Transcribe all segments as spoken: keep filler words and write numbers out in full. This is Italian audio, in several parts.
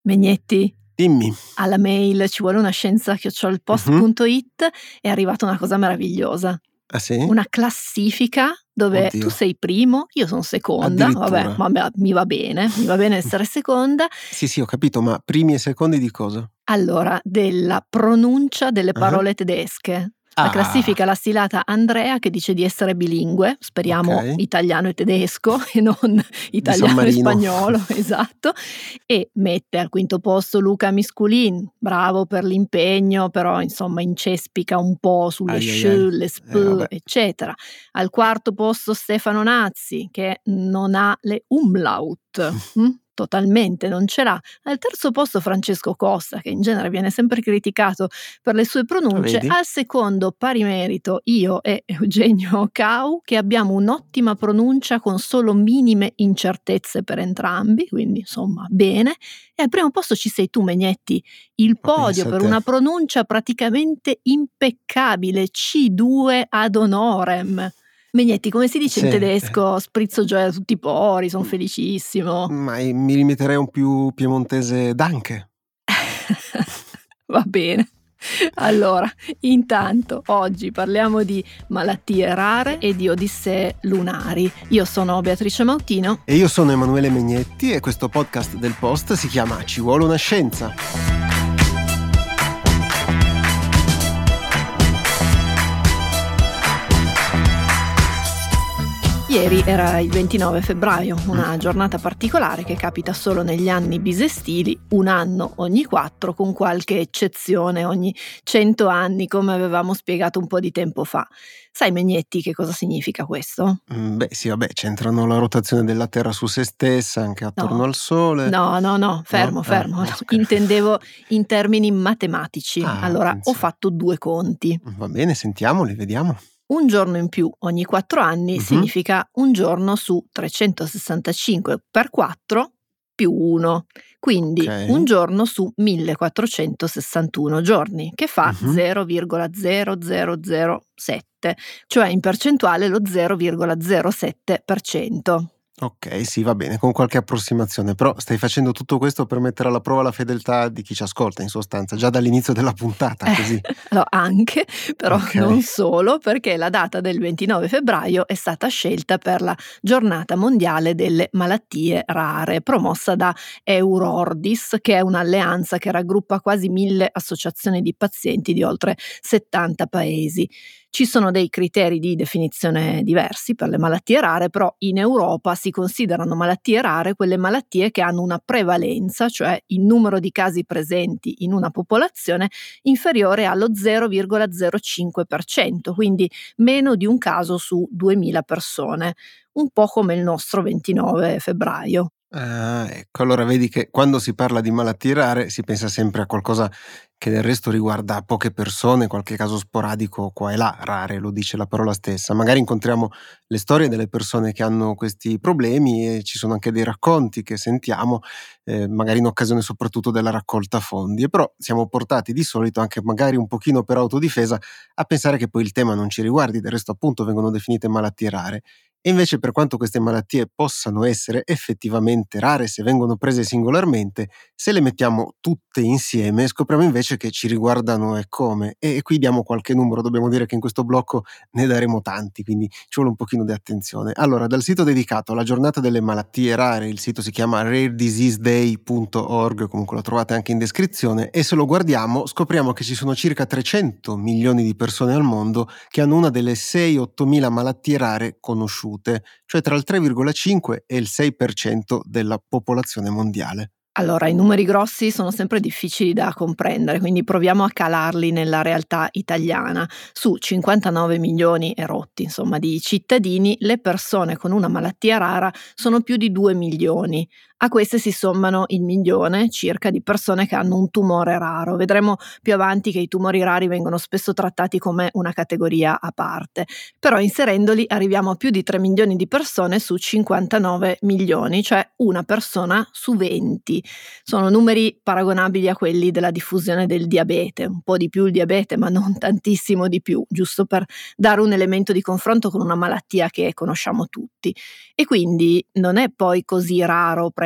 Megnetti, dimmi. alla mail ci vuole una scienza chiocciola post punto it uh-huh. È arrivata una cosa meravigliosa. Ah sì? Una classifica dove Oddio. tu sei primo, io sono seconda, vabbè, vabbè, mi va bene, mi va bene essere seconda. Sì, sì, ho capito, ma primi e secondi di cosa? Allora, della pronuncia delle parole uh-huh. tedesche. La Ah. classifica l'ha stilata Andrea, che dice di essere bilingue, speriamo okay. italiano e tedesco e non italiano e spagnolo, esatto, e mette al quinto posto Luca Misculin, bravo per l'impegno, però insomma incespica un po' sulle ai, sh, ai, ai. le sp, eh, eccetera. Al quarto posto Stefano Nazzi, che non ha le umlaut, hm? Totalmente non ce l'ha. Al terzo posto Francesco Costa, che in genere viene sempre criticato per le sue pronunce. Vedi? Al secondo pari merito io e Eugenio Cau, che abbiamo un'ottima pronuncia con solo minime incertezze per entrambi, quindi insomma bene. E al primo posto ci sei tu, Megnetti, il Ma podio per pensate. una pronuncia praticamente impeccabile, C due ad honorem. Megnetti, come si dice sì. in tedesco? Sprizzo gioia da tutti i pori, sono felicissimo. Ma mi limiterei a un più piemontese danke. Va bene. Allora, intanto oggi parliamo di malattie rare e di odissee lunari. Io sono Beatrice Mautino. E io sono Emanuele Megnetti e questo podcast del Post si chiama Ci vuole una scienza. Ieri era il ventinove febbraio, una giornata particolare che capita solo negli anni bisestili, un anno ogni quattro, con qualche eccezione ogni cento anni, come avevamo spiegato un po' di tempo fa. Sai, Megnetti, che cosa significa questo? Mm, beh, sì, vabbè, c'entrano la rotazione della Terra su se stessa, anche attorno no. al Sole. No, no, no, fermo, no? fermo. Ah, okay. Intendevo in termini matematici. Ah, allora, attenzione. ho fatto due conti. Va bene, sentiamoli, vediamo. Un giorno in più ogni quattro anni uh-huh. significa un giorno su trecentosessantacinque per quattro più uno, quindi okay. un giorno su millequattrocentosessantuno giorni, che fa uh-huh. zero virgola zero zero zero sette, cioè in percentuale lo zero virgola zero sette per cento. Ok, sì, va bene, con qualche approssimazione, però stai facendo tutto questo per mettere alla prova la fedeltà di chi ci ascolta, in sostanza, già dall'inizio della puntata, così. Eh, allora, anche, però okay. non solo, perché la data del ventinove febbraio è stata scelta per la giornata mondiale delle malattie rare, promossa da Eurordis, che è un'alleanza che raggruppa quasi mille associazioni di pazienti di oltre settanta paesi. Ci sono dei criteri di definizione diversi per le malattie rare, però in Europa si considerano malattie rare quelle malattie che hanno una prevalenza, cioè il numero di casi presenti in una popolazione inferiore allo zero virgola zero cinque per cento, quindi meno di un caso su duemila persone, un po' come il nostro ventinove febbraio. Ah, ecco, allora vedi che quando si parla di malattie rare si pensa sempre a qualcosa che del resto riguarda poche persone, qualche caso sporadico qua e là, rare, lo dice la parola stessa. Magari incontriamo le storie delle persone che hanno questi problemi e ci sono anche dei racconti che sentiamo, eh, magari in occasione soprattutto della raccolta fondi, e però siamo portati di solito, anche magari un pochino per autodifesa, a pensare che poi il tema non ci riguardi, del resto appunto vengono definite malattie rare. E invece, per quanto queste malattie possano essere effettivamente rare se vengono prese singolarmente, se le mettiamo tutte insieme scopriamo invece che ci riguardano e come. E qui diamo qualche numero, dobbiamo dire che in questo blocco ne daremo tanti, quindi ci vuole un pochino di attenzione. Allora, dal sito dedicato alla giornata delle malattie rare, il sito si chiama rare disease day punto org, comunque lo trovate anche in descrizione, e se lo guardiamo scopriamo che ci sono circa trecento milioni di persone al mondo che hanno una delle sei ottomila malattie rare conosciute, cioè tra il tre virgola cinque e il sei per cento della popolazione mondiale. Allora, i numeri grossi sono sempre difficili da comprendere, quindi proviamo a calarli nella realtà italiana. Su cinquantanove milioni e rotti, insomma, di cittadini, le persone con una malattia rara sono più di due milioni. A queste si sommano il milione circa di persone che hanno un tumore raro. Vedremo più avanti che i tumori rari vengono spesso trattati come una categoria a parte. Però inserendoli arriviamo a più di tre milioni di persone su cinquantanove milioni, cioè una persona su venti. Sono numeri paragonabili a quelli della diffusione del diabete, un po' di più il diabete, ma non tantissimo di più, giusto per dare un elemento di confronto con una malattia che conosciamo tutti. E quindi non è poi così raro prendere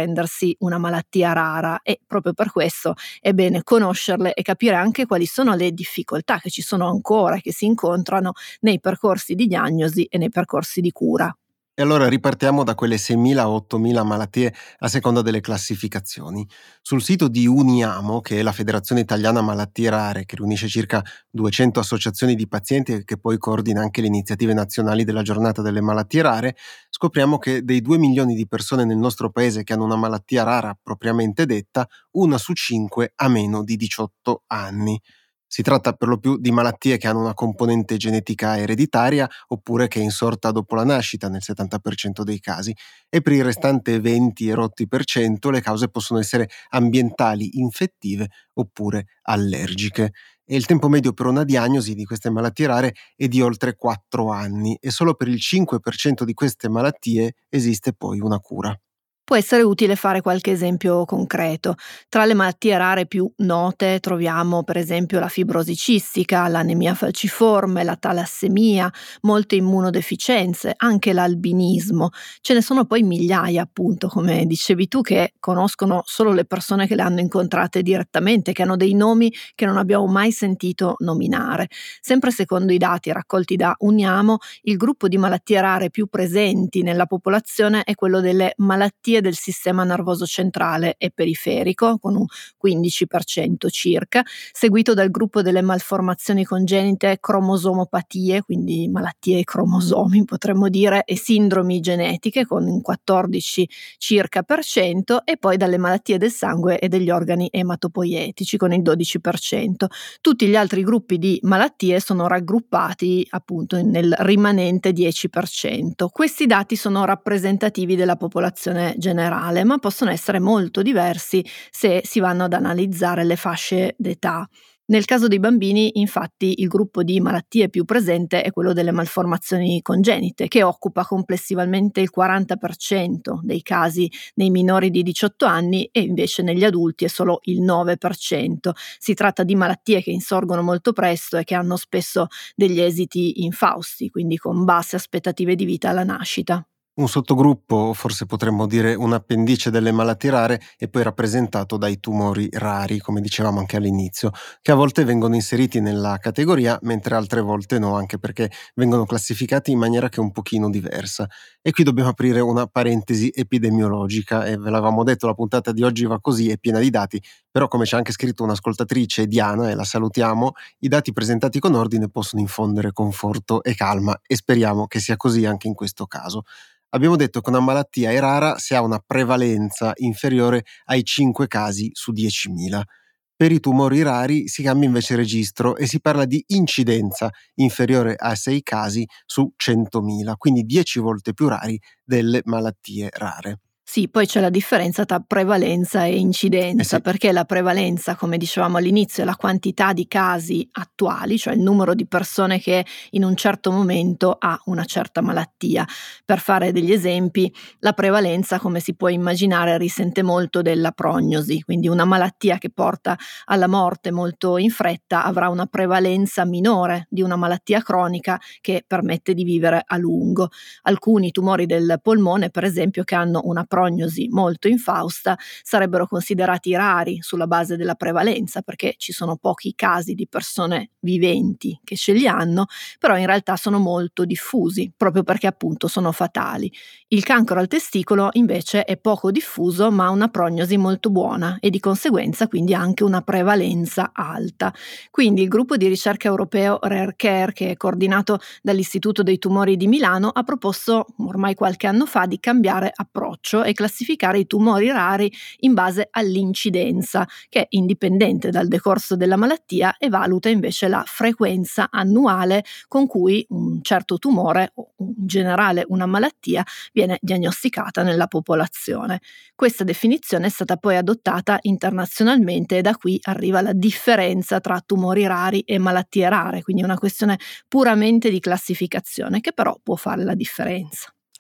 prendersi una malattia rara e proprio per questo è bene conoscerle e capire anche quali sono le difficoltà che ci sono ancora, che si incontrano nei percorsi di diagnosi e nei percorsi di cura. E allora ripartiamo da quelle seimila o ottomila malattie a seconda delle classificazioni. Sul sito di Uniamo, che è la Federazione Italiana Malattie Rare, che riunisce circa duecento associazioni di pazienti e che poi coordina anche le iniziative nazionali della giornata delle malattie rare, scopriamo che dei due milioni di persone nel nostro paese che hanno una malattia rara propriamente detta, una su cinque ha meno di diciotto anni. Si tratta per lo più di malattie che hanno una componente genetica ereditaria oppure che è insorta dopo la nascita nel settanta per cento dei casi, e per il restante venti e rotti per cento le cause possono essere ambientali, infettive oppure allergiche. E il tempo medio per una diagnosi di queste malattie rare è di oltre quattro anni e solo per il cinque per cento di queste malattie esiste poi una cura. Può essere utile fare qualche esempio concreto. Tra le malattie rare più note troviamo per esempio la fibrosi cistica, l'anemia falciforme, la talassemia, molte immunodeficienze, anche l'albinismo. Ce ne sono poi migliaia, appunto, come dicevi tu, che conoscono solo le persone che le hanno incontrate direttamente, che hanno dei nomi che non abbiamo mai sentito nominare. Sempre secondo i dati raccolti da Uniamo, il gruppo di malattie rare più presenti nella popolazione è quello delle malattie del sistema nervoso centrale e periferico, con un quindici per cento circa, seguito dal gruppo delle malformazioni congenite, cromosomopatie, quindi malattie ai cromosomi potremmo dire, e sindromi genetiche con un quattordici circa per cento, e poi dalle malattie del sangue e degli organi ematopoietici con il dodici per cento. Tutti gli altri gruppi di malattie sono raggruppati appunto nel rimanente dieci per cento. Questi dati sono rappresentativi della popolazione generale, ma possono essere molto diversi se si vanno ad analizzare le fasce d'età. Nel caso dei bambini, infatti, il gruppo di malattie più presente è quello delle malformazioni congenite, che occupa complessivamente il quaranta per cento dei casi nei minori di diciotto anni e invece negli adulti è solo il nove per cento. Si tratta di malattie che insorgono molto presto e che hanno spesso degli esiti infausti, quindi con basse aspettative di vita alla nascita. Un sottogruppo, o forse potremmo dire un appendice delle malattie rare, è poi rappresentato dai tumori rari, come dicevamo anche all'inizio, che a volte vengono inseriti nella categoria, mentre altre volte no, anche perché vengono classificati in maniera che è un pochino diversa. E qui dobbiamo aprire una parentesi epidemiologica, e ve l'avevamo detto, la puntata di oggi va così, è piena di dati, però come c'è anche scritto un'ascoltatrice, Diana, e la salutiamo, i dati presentati con ordine possono infondere conforto e calma, e speriamo che sia così anche in questo caso. Abbiamo detto che una malattia è rara se ha una prevalenza inferiore ai cinque casi su diecimila. Per i tumori rari si cambia invece registro e si parla di incidenza inferiore a sei casi su centomila, quindi dieci volte più rari delle malattie rare. Sì, poi c'è la differenza tra prevalenza e Eh incidenza, sì. perché la prevalenza, come dicevamo all'inizio, è la quantità di casi attuali, cioè il numero di persone che in un certo momento ha una certa malattia. Per fare degli esempi, la prevalenza, come si può immaginare, risente molto della prognosi, quindi una malattia che porta alla morte molto in fretta avrà una prevalenza minore di una malattia cronica che permette di vivere a lungo. Alcuni tumori del polmone, per esempio, che hanno una prognosi molto infausta, sarebbero considerati rari sulla base della prevalenza, perché ci sono pochi casi di persone viventi che ce li hanno, però in realtà sono molto diffusi, proprio perché appunto sono fatali. Il cancro al testicolo invece è poco diffuso, ma ha una prognosi molto buona e di conseguenza quindi anche una prevalenza alta. Quindi il gruppo di ricerca europeo Rare Care, che è coordinato dall'Istituto dei Tumori di Milano, ha proposto ormai qualche anno fa di cambiare approccio e classificare i tumori rari in base all'incidenza, che è indipendente dal decorso della malattia e valuta invece la frequenza annuale con cui un certo tumore o in generale una malattia viene diagnosticata nella popolazione. Questa definizione è stata poi adottata internazionalmente e da qui arriva la differenza tra tumori rari e malattie rare, quindi una questione puramente di classificazione che però può fare la differenza.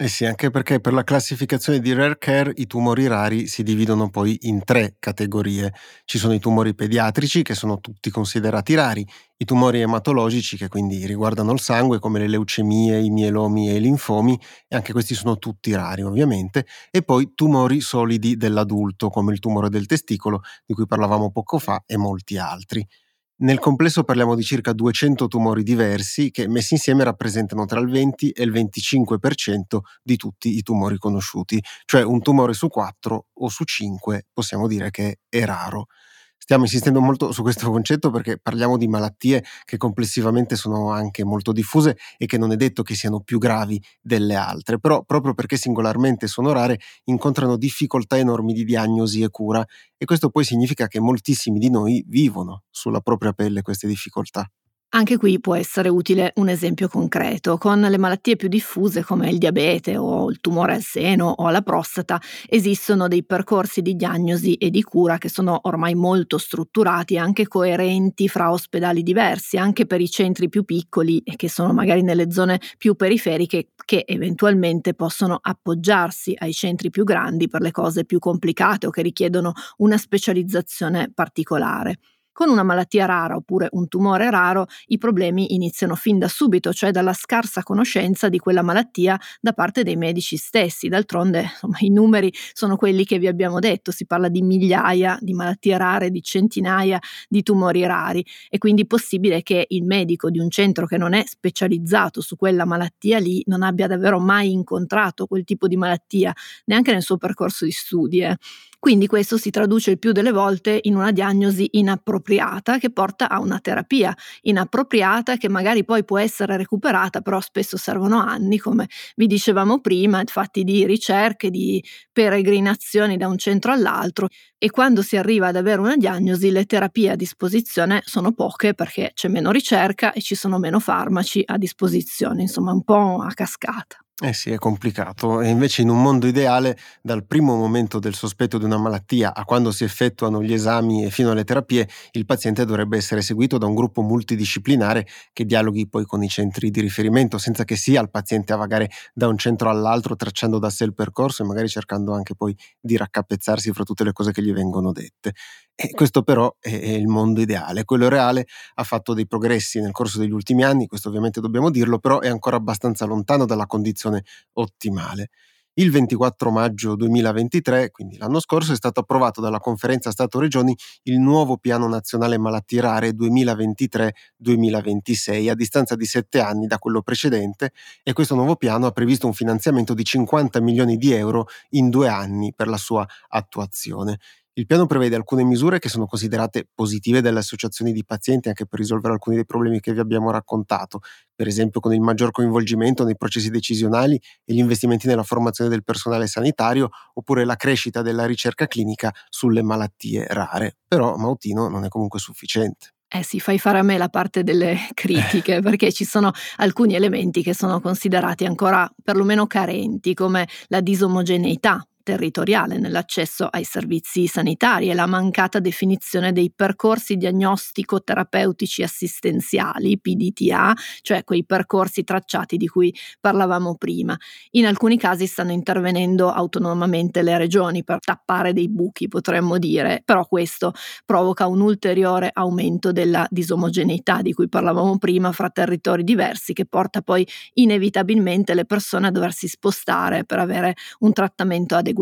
Eh sì, anche perché per la classificazione di Rare Care i tumori rari si dividono poi in tre categorie. Ci sono i tumori pediatrici, che sono tutti considerati rari, i tumori ematologici, che quindi riguardano il sangue, come le leucemie, i mielomi e i linfomi, e anche questi sono tutti rari ovviamente, e poi tumori solidi dell'adulto, come il tumore del testicolo, di cui parlavamo poco fa, e molti altri. Nel complesso parliamo di circa duecento tumori diversi che messi insieme rappresentano tra il venti e il venticinque per cento di tutti i tumori conosciuti, cioè un tumore su quattro o su cinque possiamo dire che è raro. Stiamo insistendo molto su questo concetto perché parliamo di malattie che complessivamente sono anche molto diffuse e che non è detto che siano più gravi delle altre, però proprio perché singolarmente sono rare incontrano difficoltà enormi di diagnosi e cura, e questo poi significa che moltissimi di noi vivono sulla propria pelle queste difficoltà. Anche qui può essere utile un esempio concreto. Con le malattie più diffuse come il diabete o il tumore al seno o alla prostata esistono dei percorsi di diagnosi e di cura che sono ormai molto strutturati e anche coerenti fra ospedali diversi, anche per i centri più piccoli e che sono magari nelle zone più periferiche, che eventualmente possono appoggiarsi ai centri più grandi per le cose più complicate o che richiedono una specializzazione particolare. Con una malattia rara oppure un tumore raro i problemi iniziano fin da subito, cioè dalla scarsa conoscenza di quella malattia da parte dei medici stessi. D'altronde, insomma, i numeri sono quelli che vi abbiamo detto, si parla di migliaia di malattie rare, di centinaia di tumori rari, e quindi è possibile che il medico di un centro che non è specializzato su quella malattia lì non abbia davvero mai incontrato quel tipo di malattia, neanche nel suo percorso di studi. eh. Quindi questo si traduce il più delle volte in una diagnosi inappropriata che porta a una terapia inappropriata che magari poi può essere recuperata, però spesso servono anni, come vi dicevamo prima, infatti di ricerche, di peregrinazioni da un centro all'altro, e quando si arriva ad avere una diagnosi le terapie a disposizione sono poche perché c'è meno ricerca e ci sono meno farmaci a disposizione, insomma un po' a cascata. Eh sì, è complicato. E invece in un mondo ideale, dal primo momento del sospetto di una malattia a quando si effettuano gli esami e fino alle terapie, il paziente dovrebbe essere seguito da un gruppo multidisciplinare che dialoghi poi con i centri di riferimento, senza che sia il paziente a vagare da un centro all'altro tracciando da sé il percorso e magari cercando anche poi di raccapezzarsi fra tutte le cose che gli vengono dette. E questo però è è il mondo ideale. Quello reale ha fatto dei progressi nel corso degli ultimi anni, questo ovviamente dobbiamo dirlo, però è ancora abbastanza lontano dalla condizione ottimale. Il ventiquattro maggio duemilaventitré, quindi l'anno scorso, è stato approvato dalla Conferenza Stato-Regioni il nuovo Piano Nazionale Malattie Rare duemilaventitré duemilaventisei, a distanza di sette anni da quello precedente, e questo nuovo piano ha previsto un finanziamento di cinquanta milioni di euro in due anni per la sua attuazione. Il piano prevede alcune misure che sono considerate positive dalle associazioni di pazienti anche per risolvere alcuni dei problemi che vi abbiamo raccontato, per esempio con il maggior coinvolgimento nei processi decisionali e gli investimenti nella formazione del personale sanitario, oppure la crescita della ricerca clinica sulle malattie rare. Però Mautino non è comunque sufficiente. Eh sì, fai fare a me la parte delle critiche, perché ci sono alcuni elementi che sono considerati ancora perlomeno carenti, come la disomogeneità territoriale nell'accesso ai servizi sanitari e la mancata definizione dei percorsi diagnostico-terapeutici assistenziali, P D T A, cioè quei percorsi tracciati di cui parlavamo prima. In alcuni casi stanno intervenendo autonomamente le regioni per tappare dei buchi, potremmo dire, però questo provoca un ulteriore aumento della disomogeneità di cui parlavamo prima fra territori diversi, che porta poi inevitabilmente le persone a doversi spostare per avere un trattamento adeguato.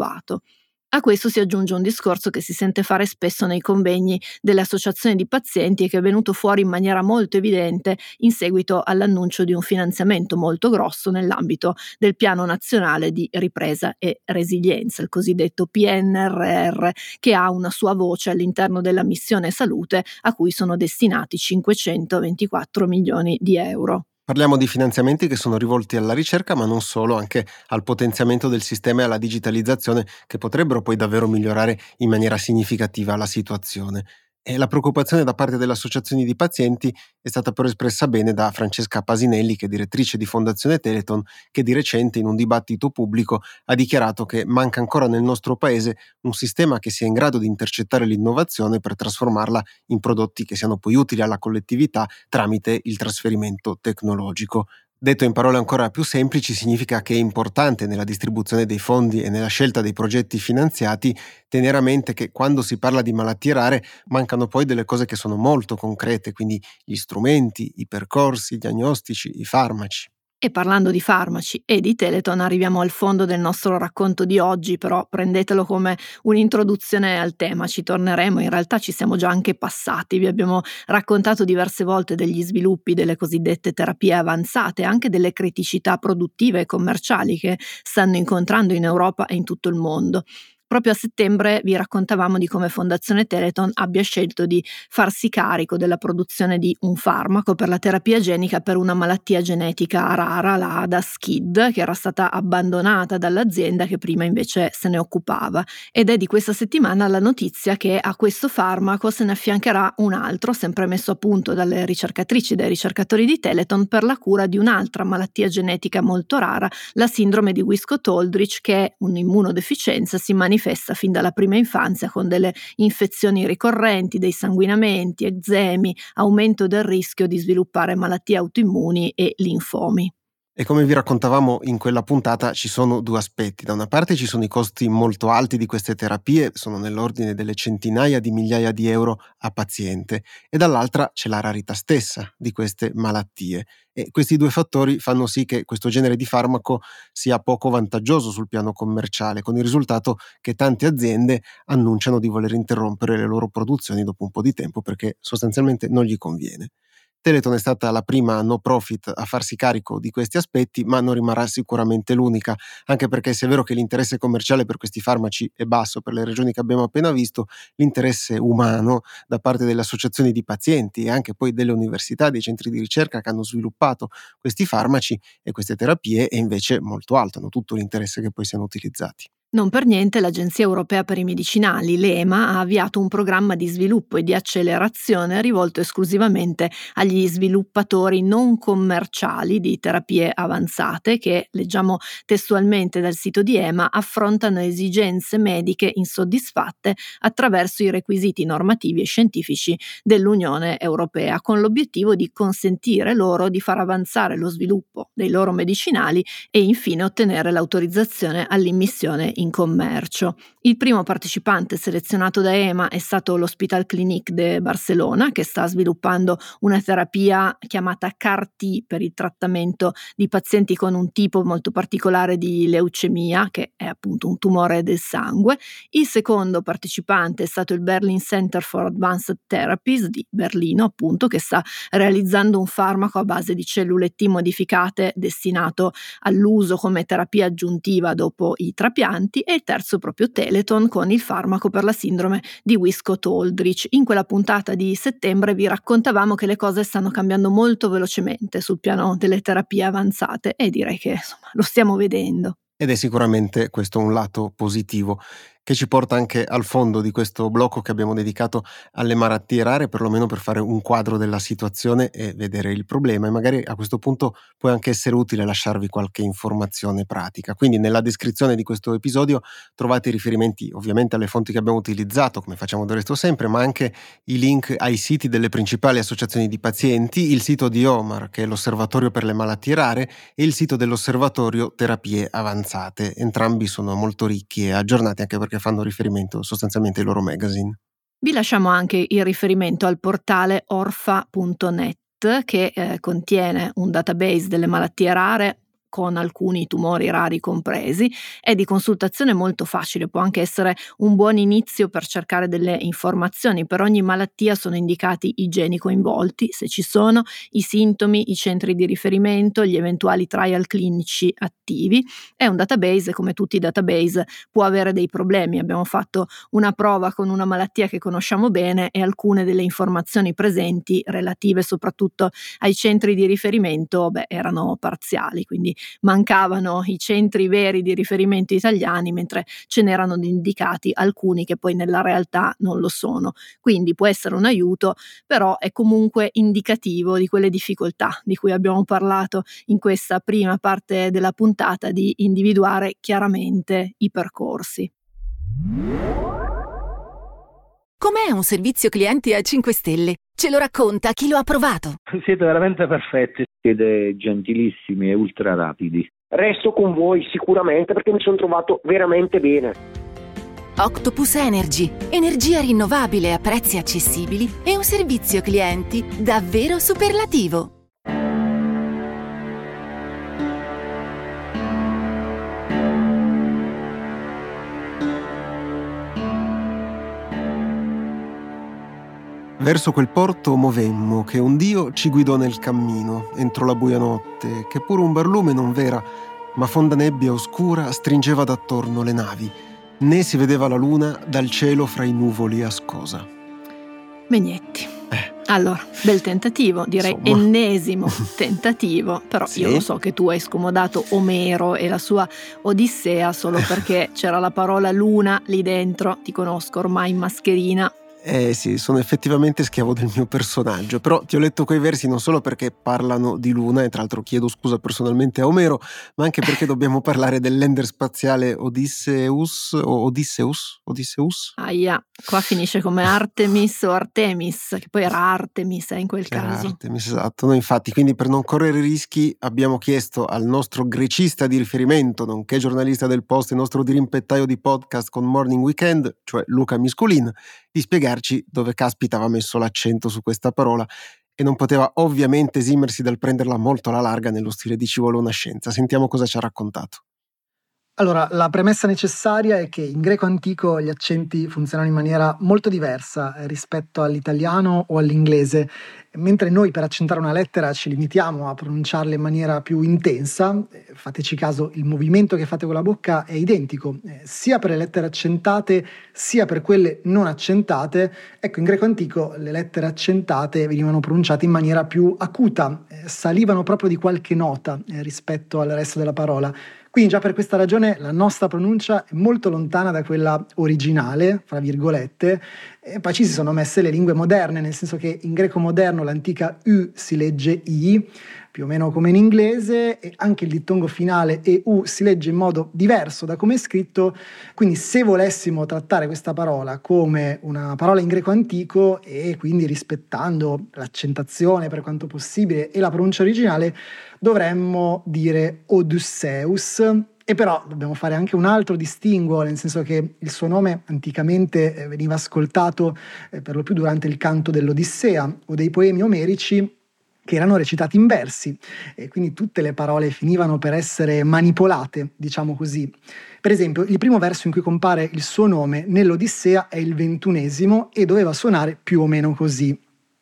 A questo si aggiunge un discorso che si sente fare spesso nei convegni delle associazioni di pazienti e che è venuto fuori in maniera molto evidente in seguito all'annuncio di un finanziamento molto grosso nell'ambito del Piano Nazionale di Ripresa e Resilienza, il cosiddetto P N R R, che ha una sua voce all'interno della missione salute a cui sono destinati cinquecentoventiquattro milioni di euro. Parliamo di finanziamenti che sono rivolti alla ricerca, ma non solo, anche al potenziamento del sistema e alla digitalizzazione, che potrebbero poi davvero migliorare in maniera significativa la situazione. E la preoccupazione da parte delle associazioni di pazienti è stata però espressa bene da Francesca Pasinelli, che è direttrice di Fondazione Teleton, che di recente in un dibattito pubblico ha dichiarato che manca ancora nel nostro paese un sistema che sia in grado di intercettare l'innovazione per trasformarla in prodotti che siano poi utili alla collettività tramite il trasferimento tecnologico. Detto in parole ancora più semplici, significa che è importante nella distribuzione dei fondi e nella scelta dei progetti finanziati tenere a mente che quando si parla di malattie rare mancano poi delle cose che sono molto concrete, quindi gli strumenti, i percorsi diagnostici, i farmaci. E parlando di farmaci e di Teleton arriviamo al fondo del nostro racconto di oggi, però prendetelo come un'introduzione al tema, ci torneremo, in realtà ci siamo già anche passati, vi abbiamo raccontato diverse volte degli sviluppi delle cosiddette terapie avanzate, anche delle criticità produttive e commerciali che stanno incontrando in Europa e in tutto il mondo. Proprio a settembre vi raccontavamo di come Fondazione Teleton abbia scelto di farsi carico della produzione di un farmaco per la terapia genica per una malattia genetica rara, la A D A SCID, che era stata abbandonata dall'azienda che prima invece se ne occupava. Ed è di questa settimana la notizia che a questo farmaco se ne affiancherà un altro, sempre messo a punto dalle ricercatrici e dai ricercatori di Teleton per la cura di un'altra malattia genetica molto rara, la sindrome di Wiskott-Aldrich, che è un'immunodeficienza, si manifesta fin dalla prima infanzia con delle infezioni ricorrenti, dei sanguinamenti, eczemi, aumento del rischio di sviluppare malattie autoimmuni e linfomi. E come vi raccontavamo in quella puntata ci sono due aspetti. Da una parte ci sono i costi molto alti di queste terapie, sono nell'ordine delle centinaia di migliaia di euro a paziente, e dall'altra c'è la rarità stessa di queste malattie. E questi due fattori fanno sì che questo genere di farmaco sia poco vantaggioso sul piano commerciale, con il risultato che tante aziende annunciano di voler interrompere le loro produzioni dopo un po' di tempo perché sostanzialmente non gli conviene. Teleton è stata la prima no profit a farsi carico di questi aspetti, ma non rimarrà sicuramente l'unica, anche perché se è vero che l'interesse commerciale per questi farmaci è basso per le ragioni che abbiamo appena visto, l'interesse umano da parte delle associazioni di pazienti e anche poi delle università, dei centri di ricerca che hanno sviluppato questi farmaci e queste terapie è invece molto alto, hanno tutto l'interesse che poi siano utilizzati. Non per niente l'Agenzia Europea per i Medicinali, l'E M A, ha avviato un programma di sviluppo e di accelerazione rivolto esclusivamente agli sviluppatori non commerciali di terapie avanzate che, leggiamo testualmente dal sito di E M A, affrontano esigenze mediche insoddisfatte attraverso i requisiti normativi e scientifici dell'Unione Europea, con l'obiettivo di consentire loro di far avanzare lo sviluppo dei loro medicinali e infine ottenere l'autorizzazione all'immissione in commercio. Il primo partecipante selezionato da E M A è stato l'Hospital Clínic de Barcelona, che sta sviluppando una terapia chiamata C A R T per il trattamento di pazienti con un tipo molto particolare di leucemia, che è appunto un tumore del sangue. Il secondo partecipante è stato il Berlin Center for Advanced Therapies di Berlino, appunto, che sta realizzando un farmaco a base di cellule T modificate destinato all'uso come terapia aggiuntiva dopo i trapianti, e il terzo proprio Teleton con il farmaco per la sindrome di Wiskott-Aldrich. In quella puntata di settembre vi raccontavamo che le cose stanno cambiando molto velocemente sul piano delle terapie avanzate e direi che insomma lo stiamo vedendo. Ed è sicuramente questo un lato positivo, che ci porta anche al fondo di questo blocco che abbiamo dedicato alle malattie rare, perlomeno per fare un quadro della situazione e vedere il problema, e magari a questo punto può anche essere utile lasciarvi qualche informazione pratica. Quindi nella descrizione di questo episodio trovate i riferimenti ovviamente alle fonti che abbiamo utilizzato, come facciamo del resto sempre, ma anche i link ai siti delle principali associazioni di pazienti, il sito di O M A R, che è l'Osservatorio per le malattie rare, e il sito dell'Osservatorio Terapie Avanzate. Entrambi sono molto ricchi e aggiornati anche perché fanno riferimento sostanzialmente ai loro magazine. Vi lasciamo anche il riferimento al portale orfa punto net che eh, contiene un database delle malattie rare con alcuni tumori rari compresi, è di consultazione molto facile, può anche essere un buon inizio per cercare delle informazioni. Per ogni malattia sono indicati i geni coinvolti, se ci sono, i sintomi, i centri di riferimento, gli eventuali trial clinici attivi. È un database, come tutti i database, può avere dei problemi. Abbiamo fatto una prova con una malattia che conosciamo bene e alcune delle informazioni presenti, relative soprattutto ai centri di riferimento, beh, erano parziali, quindi mancavano i centri veri di riferimento italiani, mentre ce n'erano indicati alcuni che poi nella realtà non lo sono. Quindi può essere un aiuto, però è comunque indicativo di quelle difficoltà di cui abbiamo parlato in questa prima parte della puntata, di individuare chiaramente i percorsi. Com'è un servizio clienti a cinque stelle? Ce lo racconta chi lo ha provato. Siete veramente perfetti, siete gentilissimi e ultra rapidi. Resto con voi sicuramente perché mi sono trovato veramente bene. Octopus Energy, energia rinnovabile a prezzi accessibili e un servizio clienti davvero superlativo. Verso quel porto movemmo, che un Dio ci guidò nel cammino, entro la buia notte, che pure un barlume non v'era, ma fonda nebbia oscura stringeva d'attorno le navi, né si vedeva la luna dal cielo fra i nuvoli ascosa. Megnetti. Eh. Allora, bel tentativo, direi Insomma. ennesimo tentativo, però Sì. io lo so che tu hai scomodato Omero e la sua Odissea solo perché c'era la parola luna lì dentro, ti conosco ormai in mascherina. Eh sì, sono effettivamente schiavo del mio personaggio, però ti ho letto quei versi non solo perché parlano di luna, e tra l'altro chiedo scusa personalmente a Omero, ma anche perché dobbiamo parlare del lander spaziale Odysseus o Odysseus? Odysseus? Aia, qua finisce come Artemis o Artemis, che poi era Artemis eh, in quel Era caso. Artemis, esatto. Noi infatti, quindi per non correre rischi, abbiamo chiesto al nostro grecista di riferimento, nonché giornalista del Post e nostro dirimpettaio di podcast con Morning Weekend, cioè Luca Misculin, di spiegarci dove caspita aveva messo l'accento su questa parola, e non poteva ovviamente esimersi dal prenderla molto alla larga nello stile di Ci vuole una scienza. Sentiamo cosa ci ha raccontato. Allora, la premessa necessaria è che in greco antico gli accenti funzionano in maniera molto diversa eh, rispetto all'italiano o all'inglese, mentre noi per accentare una lettera ci limitiamo a pronunciarla in maniera più intensa. Eh, fateci caso, il movimento che fate con la bocca è identico, eh, sia per le lettere accentate sia per quelle non accentate. Ecco, in greco antico le lettere accentate venivano pronunciate in maniera più acuta, eh, salivano proprio di qualche nota eh, rispetto al resto della parola. Quindi già per questa ragione la nostra pronuncia è molto lontana da quella originale, fra virgolette, e poi ci si sono messe le lingue moderne, nel senso che in greco moderno l'antica U si legge I, più o meno come in inglese, e anche il dittongo finale E U si legge in modo diverso da come è scritto. Quindi se volessimo trattare questa parola come una parola in greco antico e quindi rispettando l'accentazione per quanto possibile e la pronuncia originale, dovremmo dire Odysseus. E però dobbiamo fare anche un altro distinguo, nel senso che il suo nome anticamente veniva ascoltato eh, per lo più durante il canto dell'Odissea o dei poemi omerici che erano recitati in versi, e quindi tutte le parole finivano per essere manipolate, diciamo così. Per esempio, il primo verso in cui compare il suo nome nell'Odissea è il ventunesimo e doveva suonare più o meno così: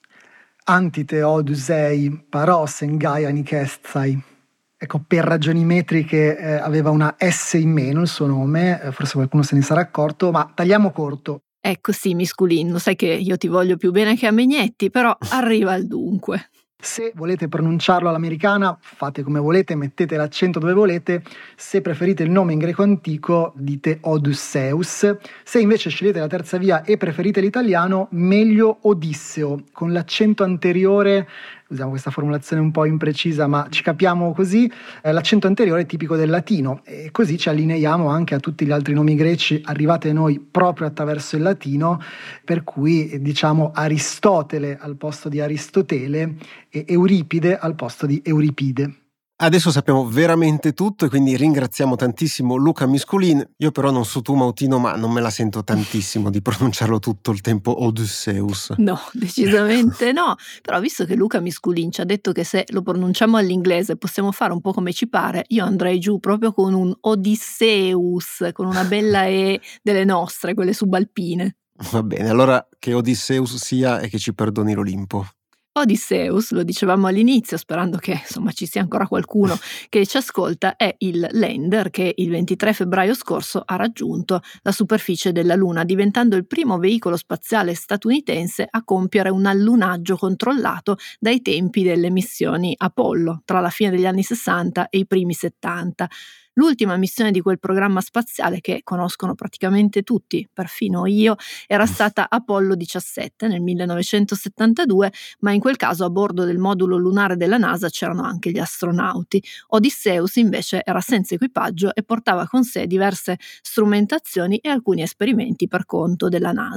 Antite Odysei paros en Gaia Nikesthai. Ecco, per ragioni metriche eh, aveva una S in meno il suo nome, eh, forse qualcuno se ne sarà accorto, ma tagliamo corto. Ecco sì, Misculin, lo sai che io ti voglio più bene che a Megnetti, però arriva al dunque. Se volete pronunciarlo all'americana, fate come volete, mettete l'accento dove volete. Se preferite il nome in greco antico, dite Odysseus. Se invece scegliete la terza via e preferite l'italiano, meglio Odisseo, con l'accento anteriore. Usiamo questa formulazione un po' imprecisa, ma ci capiamo così. Eh, l'accento anteriore è tipico del latino, e così ci allineiamo anche a tutti gli altri nomi greci arrivati a noi proprio attraverso il latino, per cui eh, diciamo Aristotele al posto di Aristotele e Euripide al posto di Euripide. Adesso sappiamo veramente tutto e quindi ringraziamo tantissimo Luca Misculin. Io però non so tu Mautino, ma non me la sento tantissimo di pronunciarlo tutto il tempo Odysseus. No, decisamente no. Però visto che Luca Misculin ci ha detto che se lo pronunciamo all'inglese possiamo fare un po' come ci pare, io andrei giù proprio con un Odysseus, con una bella E delle nostre, quelle subalpine. Va bene, allora che Odysseus sia e che ci perdoni l'Olimpo. Odysseus, lo dicevamo all'inizio, sperando che insomma ci sia ancora qualcuno che ci ascolta, è il lander che il ventitré febbraio scorso ha raggiunto la superficie della Luna, diventando il primo veicolo spaziale statunitense a compiere un allunaggio controllato dai tempi delle missioni Apollo, tra la fine degli anni sessanta e i primi settanta. L'ultima missione di quel programma spaziale, che conoscono praticamente tutti, perfino io, era stata Apollo diciassette nel millenovecentosettantadue, ma in quel caso a bordo del modulo lunare della NASA c'erano anche gli astronauti. Odysseus invece era senza equipaggio e portava con sé diverse strumentazioni e alcuni esperimenti per conto della NASA.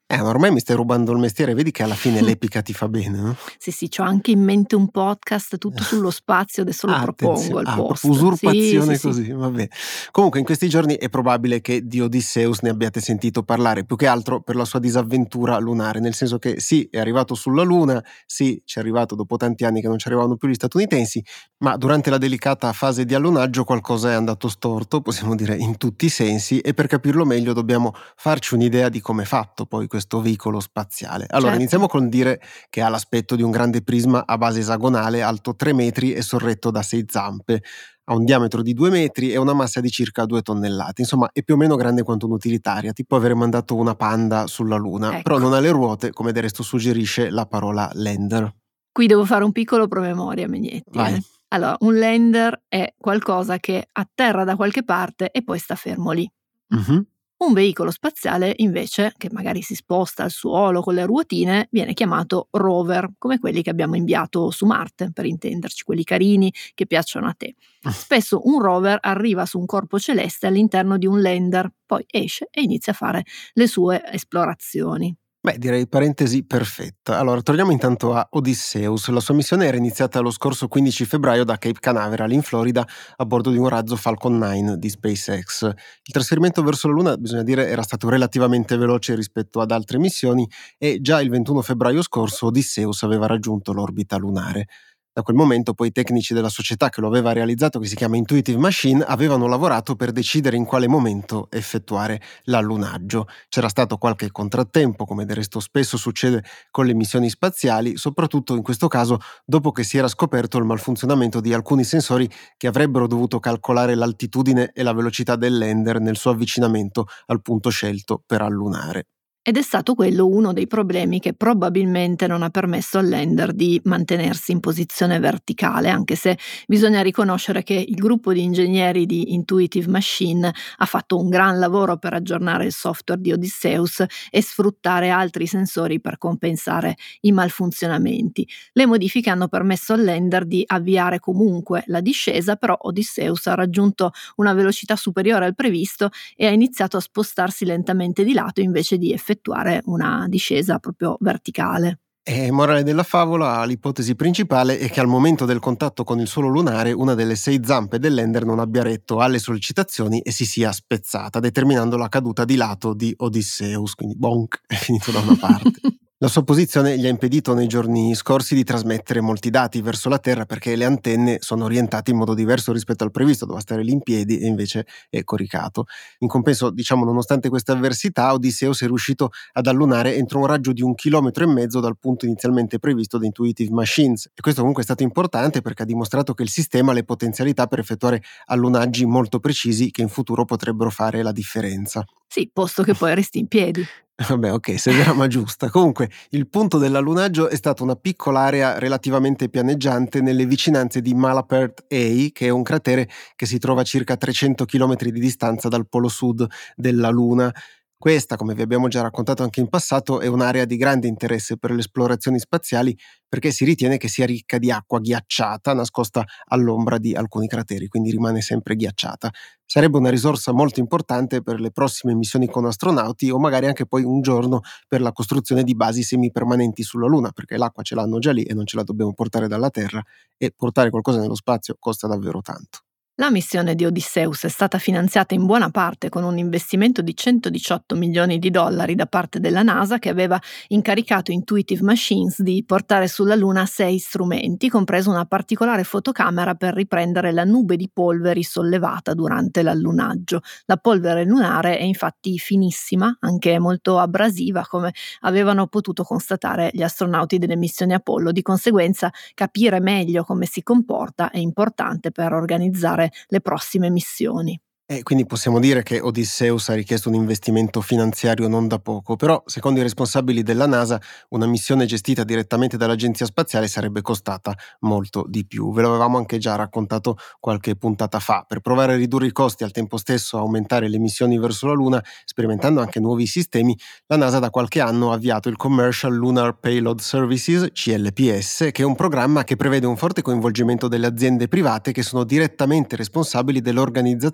Eh, ma ormai mi stai rubando il mestiere, vedi che alla fine l'epica ti fa bene, no? Sì, sì, c'ho anche in mente un podcast tutto sullo spazio, adesso lo Ah, propongo attenzione, al ah, post. proprio usurpazione Sì, sì, così, vabbè. Comunque in questi giorni è probabile che di Odysseus ne abbiate sentito parlare, più che altro per la sua disavventura lunare, nel senso che sì, è arrivato sulla Luna, sì, ci è arrivato dopo tanti anni che non ci arrivavano più gli statunitensi, ma durante la delicata fase di allunaggio qualcosa è andato storto, possiamo dire in tutti i sensi, e per capirlo meglio dobbiamo farci un'idea di come è fatto poi questo veicolo spaziale. Allora, certo. iniziamo con dire che ha l'aspetto di un grande prisma a base esagonale, alto tre metri e sorretto da sei zampe. Ha un diametro di due metri e una massa di circa due tonnellate. Insomma, è più o meno grande quanto un'utilitaria, tipo avere mandato una Panda sulla Luna, Ecco. però non ha le ruote, come del resto suggerisce la parola lander. Qui devo fare un piccolo promemoria, Megnetti. Vai. Eh. Allora, un lander è qualcosa che atterra da qualche parte e poi sta fermo lì. Mhm. Un veicolo spaziale, invece, che magari si sposta al suolo con le ruotine, viene chiamato rover, come quelli che abbiamo inviato su Marte, per intenderci, quelli carini che piacciono a te. Spesso un rover arriva su un corpo celeste all'interno di un lander, poi esce e inizia a fare le sue esplorazioni. Beh, direi parentesi perfetta. Allora, torniamo intanto a Odysseus. La sua missione era iniziata lo scorso quindici febbraio da Cape Canaveral in Florida a bordo di un razzo Falcon nove di SpaceX. Il trasferimento verso la Luna, bisogna dire, era stato relativamente veloce rispetto ad altre missioni e già il ventuno febbraio scorso Odysseus aveva raggiunto l'orbita lunare. Da quel momento poi i tecnici della società che lo aveva realizzato, che si chiama Intuitive Machine, avevano lavorato per decidere in quale momento effettuare l'allunaggio. C'era stato qualche contrattempo, come del resto spesso succede con le missioni spaziali, soprattutto in questo caso dopo che si era scoperto il malfunzionamento di alcuni sensori che avrebbero dovuto calcolare l'altitudine e la velocità del lander nel suo avvicinamento al punto scelto per allunare. Ed è stato quello uno dei problemi che probabilmente non ha permesso al lander di mantenersi in posizione verticale, anche se bisogna riconoscere che il gruppo di ingegneri di Intuitive Machine ha fatto un gran lavoro per aggiornare il software di Odysseus e sfruttare altri sensori per compensare i malfunzionamenti. Le modifiche hanno permesso al lander di avviare comunque la discesa, però Odysseus ha raggiunto una velocità superiore al previsto e ha iniziato a spostarsi lentamente di lato invece di effettuare una discesa proprio verticale. E morale della favola, l'ipotesi principale è che al momento del contatto con il suolo lunare una delle sei zampe del lander non abbia retto alle sollecitazioni e si sia spezzata, determinando la caduta di lato di Odysseus, quindi bonk, è finito da una parte. La sua posizione gli ha impedito nei giorni scorsi di trasmettere molti dati verso la Terra perché le antenne sono orientate in modo diverso rispetto al previsto, doveva stare lì in piedi e invece è coricato. In compenso, diciamo, nonostante queste avversità, Odysseus è riuscito ad allunare entro un raggio di un chilometro e mezzo dal punto inizialmente previsto da Intuitive Machines. E questo comunque è stato importante perché ha dimostrato che il sistema ha le potenzialità per effettuare allunaggi molto precisi che in futuro potrebbero fare la differenza. Sì, posto che poi resti in piedi. Vabbè, ok, sei ma giusta. Comunque, il punto dell'allunaggio è stata una piccola area relativamente pianeggiante nelle vicinanze di Malapert A, che è un cratere che si trova a circa trecento chilometri di distanza dal polo sud della Luna. Questa, come vi abbiamo già raccontato anche in passato, è un'area di grande interesse per le esplorazioni spaziali perché si ritiene che sia ricca di acqua ghiacciata nascosta all'ombra di alcuni crateri, quindi rimane sempre ghiacciata. Sarebbe una risorsa molto importante per le prossime missioni con astronauti o magari anche poi un giorno per la costruzione di basi semipermanenti sulla Luna, perché l'acqua ce l'hanno già lì e non ce la dobbiamo portare dalla Terra e portare qualcosa nello spazio costa davvero tanto. La missione di Odysseus è stata finanziata in buona parte con un investimento di centodiciotto milioni di dollari da parte della NASA, che aveva incaricato Intuitive Machines di portare sulla Luna sei strumenti, compreso una particolare fotocamera per riprendere la nube di polveri sollevata durante l'allunaggio. La polvere lunare è infatti finissima, anche molto abrasiva, come avevano potuto constatare gli astronauti delle missioni Apollo. Di conseguenza, capire meglio come si comporta è importante per organizzare le prossime missioni. E quindi possiamo dire che Odysseus ha richiesto un investimento finanziario non da poco, però secondo i responsabili della NASA una missione gestita direttamente dall'agenzia spaziale sarebbe costata molto di più. Ve l'avevamo anche già raccontato qualche puntata fa. Per provare a ridurre i costi e al tempo stesso aumentare le missioni verso la Luna, sperimentando anche nuovi sistemi, la NASA da qualche anno ha avviato il Commercial Lunar Payload Services, C L P S, che è un programma che prevede un forte coinvolgimento delle aziende private che sono direttamente responsabili dell'organizzazione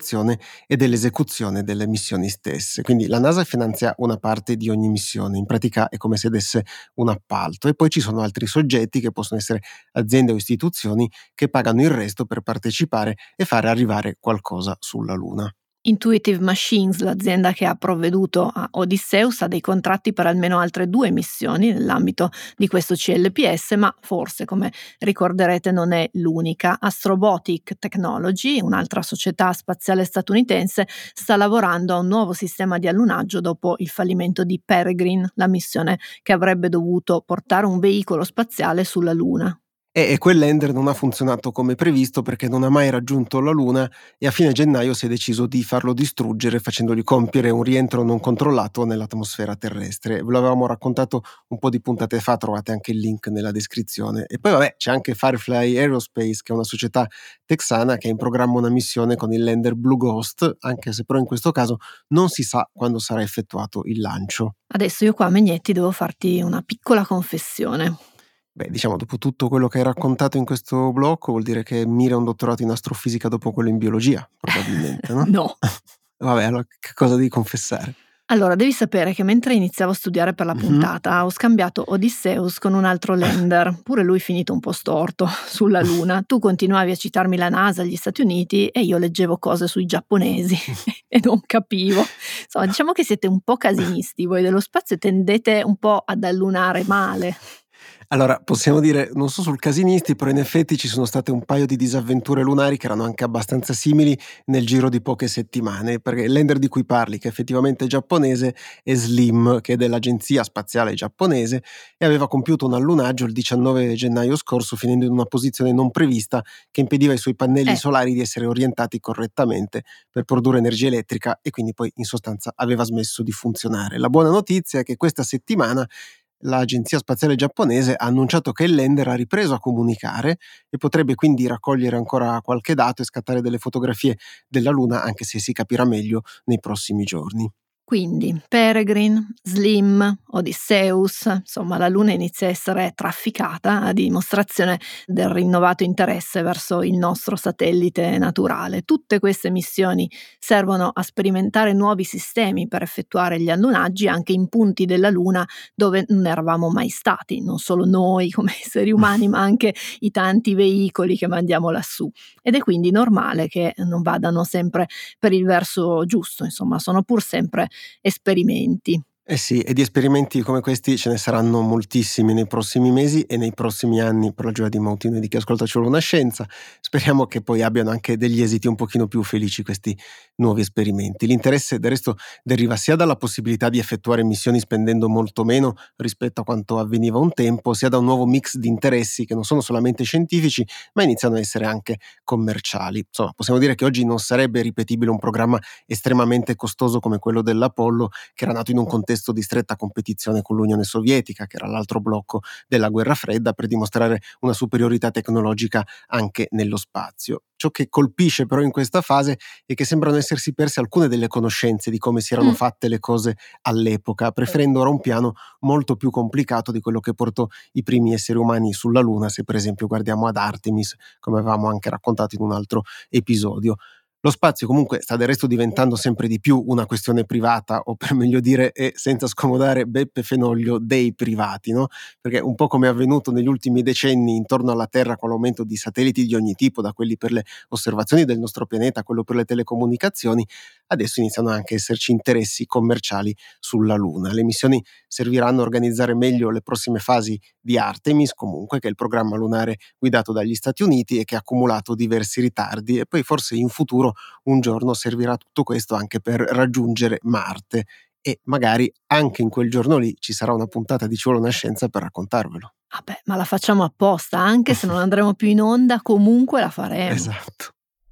e dell'esecuzione delle missioni stesse. Quindi la NASA finanzia una parte di ogni missione, in pratica è come se desse un appalto, e poi ci sono altri soggetti che possono essere aziende o istituzioni che pagano il resto per partecipare e fare arrivare qualcosa sulla Luna. Intuitive Machines, l'azienda che ha provveduto a Odysseus, ha dei contratti per almeno altre due missioni nell'ambito di questo C L P S, ma forse, come ricorderete, non è l'unica. Astrobotic Technology, un'altra società spaziale statunitense, sta lavorando a un nuovo sistema di allunaggio dopo il fallimento di Peregrine, la missione che avrebbe dovuto portare un veicolo spaziale sulla Luna. E quel lander non ha funzionato come previsto perché non ha mai raggiunto la Luna, e a fine gennaio si è deciso di farlo distruggere facendogli compiere un rientro non controllato nell'atmosfera terrestre. Ve l'avevamo raccontato un po' di puntate fa, trovate anche il link nella descrizione. E poi vabbè, c'è anche Firefly Aerospace, che è una società texana che ha in programma una missione con il lander Blue Ghost, anche se però in questo caso non si sa quando sarà effettuato il lancio. Adesso io qua, Megnetti, devo farti una piccola confessione. Beh, diciamo, dopo tutto quello che hai raccontato in questo blocco, vuol dire che mira un dottorato in astrofisica dopo quello in biologia, probabilmente, no? No. Vabbè, allora che cosa devi confessare? Allora, devi sapere che mentre iniziavo a studiare per la puntata, mm-hmm. ho scambiato Odysseus con un altro lander, pure lui finito un po' storto, sulla Luna. Tu continuavi a citarmi la NASA, gli Stati Uniti, e io leggevo cose sui giapponesi e non capivo. Insomma, diciamo che siete un po' casinisti voi dello spazio e tendete un po' ad allunare male. Allora, possiamo dire, non so sul casinisti, però in effetti ci sono state un paio di disavventure lunari che erano anche abbastanza simili nel giro di poche settimane, perché il lander di cui parli, che effettivamente è giapponese, è SLIM, che è dell'Agenzia Spaziale Giapponese, e aveva compiuto un allunaggio il diciannove gennaio scorso, finendo in una posizione non prevista che impediva ai suoi pannelli eh. solari di essere orientati correttamente per produrre energia elettrica, e quindi poi in sostanza aveva smesso di funzionare. La buona notizia è che questa settimana l'Agenzia Spaziale Giapponese ha annunciato che il lander ha ripreso a comunicare e potrebbe quindi raccogliere ancora qualche dato e scattare delle fotografie della Luna, anche se si capirà meglio nei prossimi giorni. Quindi Peregrine, SLIM, Odysseus, insomma la Luna inizia a essere trafficata a dimostrazione del rinnovato interesse verso il nostro satellite naturale. Tutte queste missioni servono a sperimentare nuovi sistemi per effettuare gli allunaggi anche in punti della Luna dove non eravamo mai stati, non solo noi come esseri umani, ma anche i tanti veicoli che mandiamo lassù. Ed è quindi normale che non vadano sempre per il verso giusto, insomma, sono pur sempre esperimenti. Eh sì, e di esperimenti come questi ce ne saranno moltissimi nei prossimi mesi e nei prossimi anni, per la gioia di Mautino e di chi ascolta Ci vuole una scienza. Speriamo che poi abbiano anche degli esiti un pochino più felici questi nuovi esperimenti. L'interesse del resto deriva sia dalla possibilità di effettuare missioni spendendo molto meno rispetto a quanto avveniva un tempo, sia da un nuovo mix di interessi che non sono solamente scientifici, ma iniziano a essere anche commerciali. Insomma, possiamo dire che oggi non sarebbe ripetibile un programma estremamente costoso come quello dell'Apollo, che era nato in un contesto di stretta competizione con l'Unione Sovietica, che era l'altro blocco della guerra fredda, per dimostrare una superiorità tecnologica anche nello spazio. Ciò che colpisce però in questa fase è che sembrano essersi perse alcune delle conoscenze di come si erano mm. fatte le cose all'epoca, preferendo ora un piano molto più complicato di quello che portò i primi esseri umani sulla Luna, se per esempio guardiamo ad Artemis, come avevamo anche raccontato in un altro episodio. Lo spazio comunque sta del resto diventando sempre di più una questione privata, o per meglio dire, e senza scomodare, Beppe Fenoglio, dei privati, no? Perché un po' come è avvenuto negli ultimi decenni intorno alla Terra con l'aumento di satelliti di ogni tipo, da quelli per le osservazioni del nostro pianeta a quello per le telecomunicazioni, adesso iniziano anche a esserci interessi commerciali sulla Luna. Le missioni serviranno a organizzare meglio le prossime fasi di Artemis, comunque, che è il programma lunare guidato dagli Stati Uniti e che ha accumulato diversi ritardi, e poi forse in futuro un giorno servirà tutto questo anche per raggiungere Marte, e magari anche in quel giorno lì ci sarà una puntata di Ci vuole una scienza per raccontarvelo. Vabbè, ma la facciamo apposta, anche se non andremo più in onda, comunque la faremo. Esatto.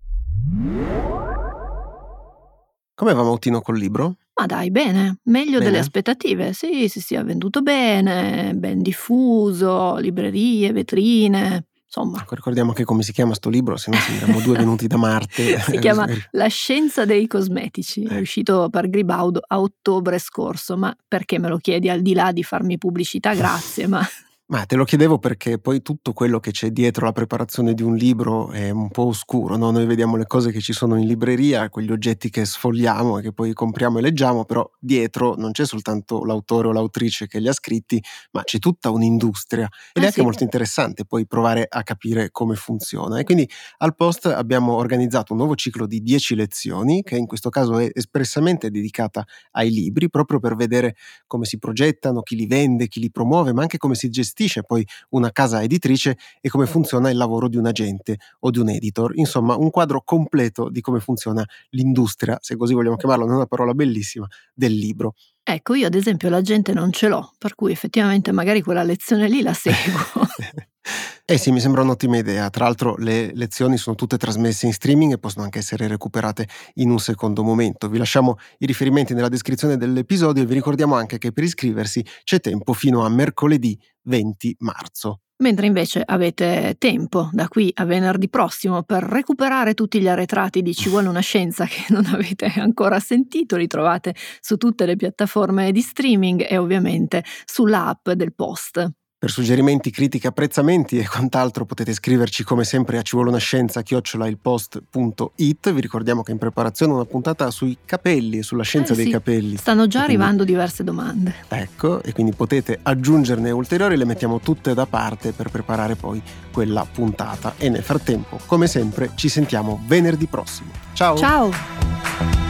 Come va Mautino col libro? Ma dai, bene, meglio Bene. delle aspettative. Sì, sì, sì, ha venduto bene, ben diffuso, librerie, vetrine, insomma. Ecco, ricordiamo anche come si chiama sto libro, se no sembriamo due venuti da Marte. Si chiama La scienza dei cosmetici, è uscito per Gribaudo a ottobre scorso. Ma perché me lo chiedi, al di là di farmi pubblicità? Grazie, ma Ma te lo chiedevo perché poi tutto quello che c'è dietro la preparazione di un libro è un po' oscuro, no? Noi vediamo le cose che ci sono in libreria, quegli oggetti che sfogliamo e che poi compriamo e leggiamo, però dietro non c'è soltanto l'autore o l'autrice che li ha scritti, ma c'è tutta un'industria ed Eh è anche sì. molto interessante poi provare a capire come funziona. E quindi al Post abbiamo organizzato un nuovo ciclo di dieci lezioni, che in questo caso è espressamente dedicata ai libri, proprio per vedere come si progettano, chi li vende, chi li promuove, ma anche come si gestisce poi una casa editrice e come funziona il lavoro di un agente o di un editor. Insomma, un quadro completo di come funziona l'industria, se così vogliamo chiamarla, non è una parola bellissima, del libro. Ecco, io ad esempio l'agente non ce l'ho, per cui effettivamente magari quella lezione lì la seguo. Eh sì, mi sembra un'ottima idea. Tra l'altro le lezioni sono tutte trasmesse in streaming e possono anche essere recuperate in un secondo momento. Vi lasciamo i riferimenti nella descrizione dell'episodio e vi ricordiamo anche che per iscriversi c'è tempo fino a mercoledì venti marzo. Mentre invece avete tempo da qui a venerdì prossimo per recuperare tutti gli arretrati di Ci vuole una scienza che non avete ancora sentito, li trovate su tutte le piattaforme di streaming e ovviamente sulla app del Post. Per suggerimenti, critiche, apprezzamenti e quant'altro potete scriverci come sempre a ci vuole una scienza chiocciola il post punto it. Vi ricordiamo che è in preparazione una puntata sui capelli e sulla scienza Eh dei sì, capelli. stanno già E quindi- arrivando diverse domande. Ecco, e quindi potete aggiungerne ulteriori, le mettiamo tutte da parte per preparare poi quella puntata. E nel frattempo, come sempre, ci sentiamo venerdì prossimo. Ciao! Ciao!